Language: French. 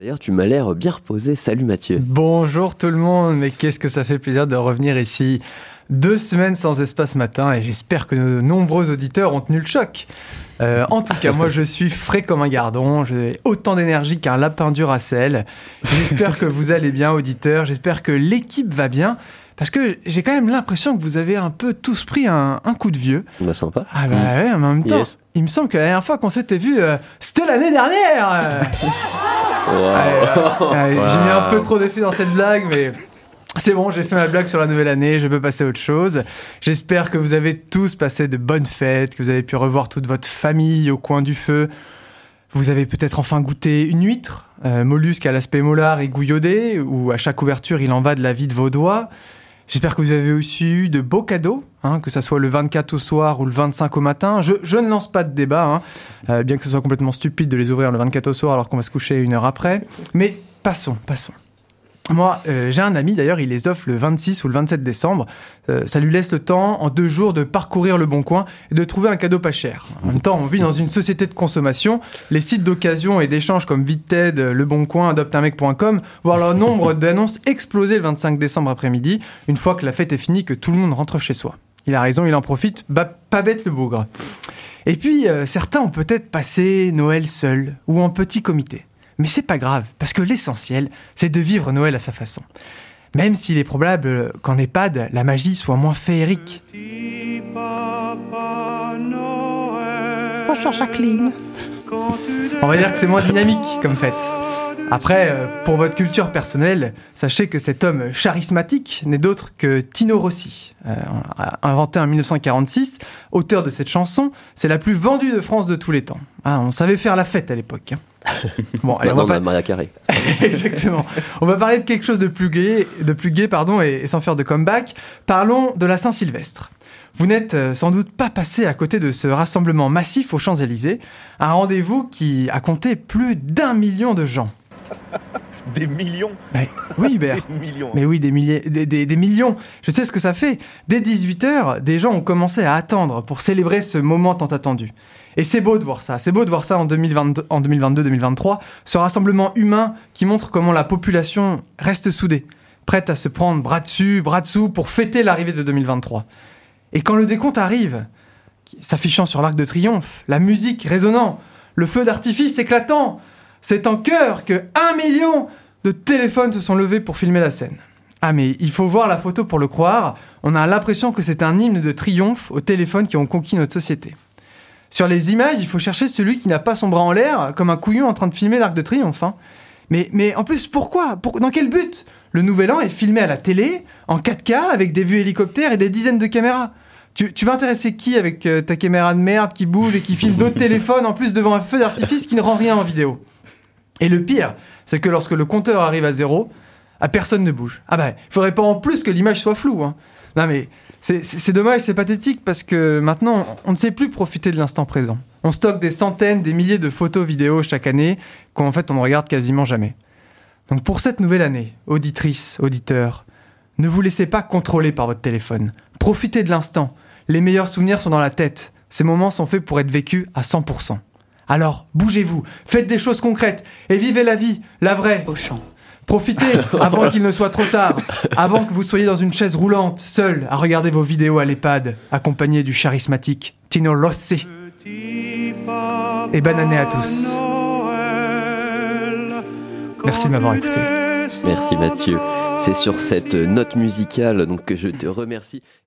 D'ailleurs, tu m'as l'air bien reposé. Salut Mathieu. Bonjour tout le monde, mais qu'est-ce que ça fait plaisir de revenir ici. 2 semaines sans espace matin et j'espère que nos nombreux auditeurs ont tenu le choc. En tout cas, moi je suis frais comme un gardon, j'ai autant d'énergie qu'un lapin dur à sel. J'espère que vous allez bien, auditeurs, j'espère que l'équipe va bien. Parce que j'ai quand même l'impression que vous avez un peu tous pris un coup de vieux. Bah sympa. Ah bah ouais, en même temps, Yes. il me semble que la dernière fois qu'on s'était vu, c'était l'année dernière. Wow. J'ai mis un peu trop d'effet dans cette blague, mais c'est bon, j'ai fait ma blague sur la nouvelle année, je peux passer à autre chose. J'espère que vous avez tous passé de bonnes fêtes, que vous avez pu revoir toute votre famille au coin du feu. Vous avez peut-être enfin goûté une huître, mollusque à l'aspect molar et gouilloté, où à chaque ouverture il en va de la vie de vos doigts. J'espère que vous avez aussi eu de beaux cadeaux, que ça soit le 24 au soir ou le 25 au matin. Je ne lance pas de débat, bien que ce soit complètement stupide de les ouvrir le 24 au soir alors qu'on va se coucher 1 heure après. Mais passons. Moi, j'ai un ami, d'ailleurs, il les offre le 26 ou le 27 décembre. Ça lui laisse le temps, en 2 jours, de parcourir le Bon Coin et de trouver un cadeau pas cher. En même temps, on vit dans une société de consommation. Les sites d'occasion et d'échange comme Vinted, Le Bon Coin, adopteunmec.com voient leur nombre d'annonces exploser le 25 décembre après-midi, une fois que la fête est finie, que tout le monde rentre chez soi. Il a raison, il en profite. Bah, pas bête le bougre. Et puis, certains ont peut-être passé Noël seul ou en petit comité. Mais c'est pas grave, parce que l'essentiel, c'est de vivre Noël à sa façon. Même s'il est probable qu'en EHPAD, la magie soit moins féerique. Bonjour Jacqueline. On va dire que c'est moins dynamique comme fête. Après, pour votre culture personnelle, sachez que cet homme charismatique n'est d'autre que Tino Rossi. Inventé en 1946, auteur de cette chanson, c'est la plus vendue de France de tous les temps. On savait faire la fête à l'époque. Bon, allez, Maintenant, on a Maria Carré. Exactement. On va parler de quelque chose de plus gai, et sans faire de comeback. Parlons de la Saint-Sylvestre. Vous n'êtes sans doute pas passé à côté de ce rassemblement massif aux Champs-Élysées, un rendez-vous qui a compté plus d'1 million de gens. Des millions. Mais oui, Hubert. Des millions. Mais oui, des millions. Je sais ce que ça fait. Dès 18h, des gens ont commencé à attendre pour célébrer ce moment tant attendu. Et c'est beau de voir ça. C'est beau de voir ça en 2022-2023. Ce rassemblement humain qui montre comment la population reste soudée, prête à se prendre bras dessus, bras dessous pour fêter l'arrivée de 2023. Et quand le décompte arrive, s'affichant sur l'Arc de Triomphe, la musique résonnant, le feu d'artifice éclatant, c'est en chœur que 1 million de téléphones se sont levés pour filmer la scène. Ah mais il faut voir la photo pour le croire, on a l'impression que c'est un hymne de triomphe aux téléphones qui ont conquis notre société. Sur les images, il faut chercher celui qui n'a pas son bras en l'air, comme un couillon en train de filmer l'Arc de Triomphe. Mais en plus, pourquoi ? Dans quel but ? Le Nouvel An est filmé à la télé, en 4K, avec des vues hélicoptères et des dizaines de caméras. Tu vas intéresser qui avec ta caméra de merde qui bouge et qui filme d'autres téléphones, en plus devant un feu d'artifice qui ne rend rien en vidéo ? Et le pire, c'est que lorsque le compteur arrive à 0, personne ne bouge. Il faudrait pas en plus que l'image soit floue. Non mais, c'est dommage, c'est pathétique, parce que maintenant, on ne sait plus profiter de l'instant présent. On stocke des centaines, des milliers de photos vidéos chaque année, qu'en fait on ne regarde quasiment jamais. Donc pour cette nouvelle année, auditrices, auditeurs, ne vous laissez pas contrôler par votre téléphone. Profitez de l'instant. Les meilleurs souvenirs sont dans la tête. Ces moments sont faits pour être vécus à 100%. Alors, bougez-vous, faites des choses concrètes et vivez la vie, la vraie. Au champ. Profitez avant qu'il ne soit trop tard, avant que vous soyez dans une chaise roulante, seul, à regarder vos vidéos à l'EHPAD, accompagné du charismatique Tino Rossi. Et bonne année à tous. Merci de m'avoir écouté. Merci Mathieu. C'est sur cette note musicale donc, que je te remercie.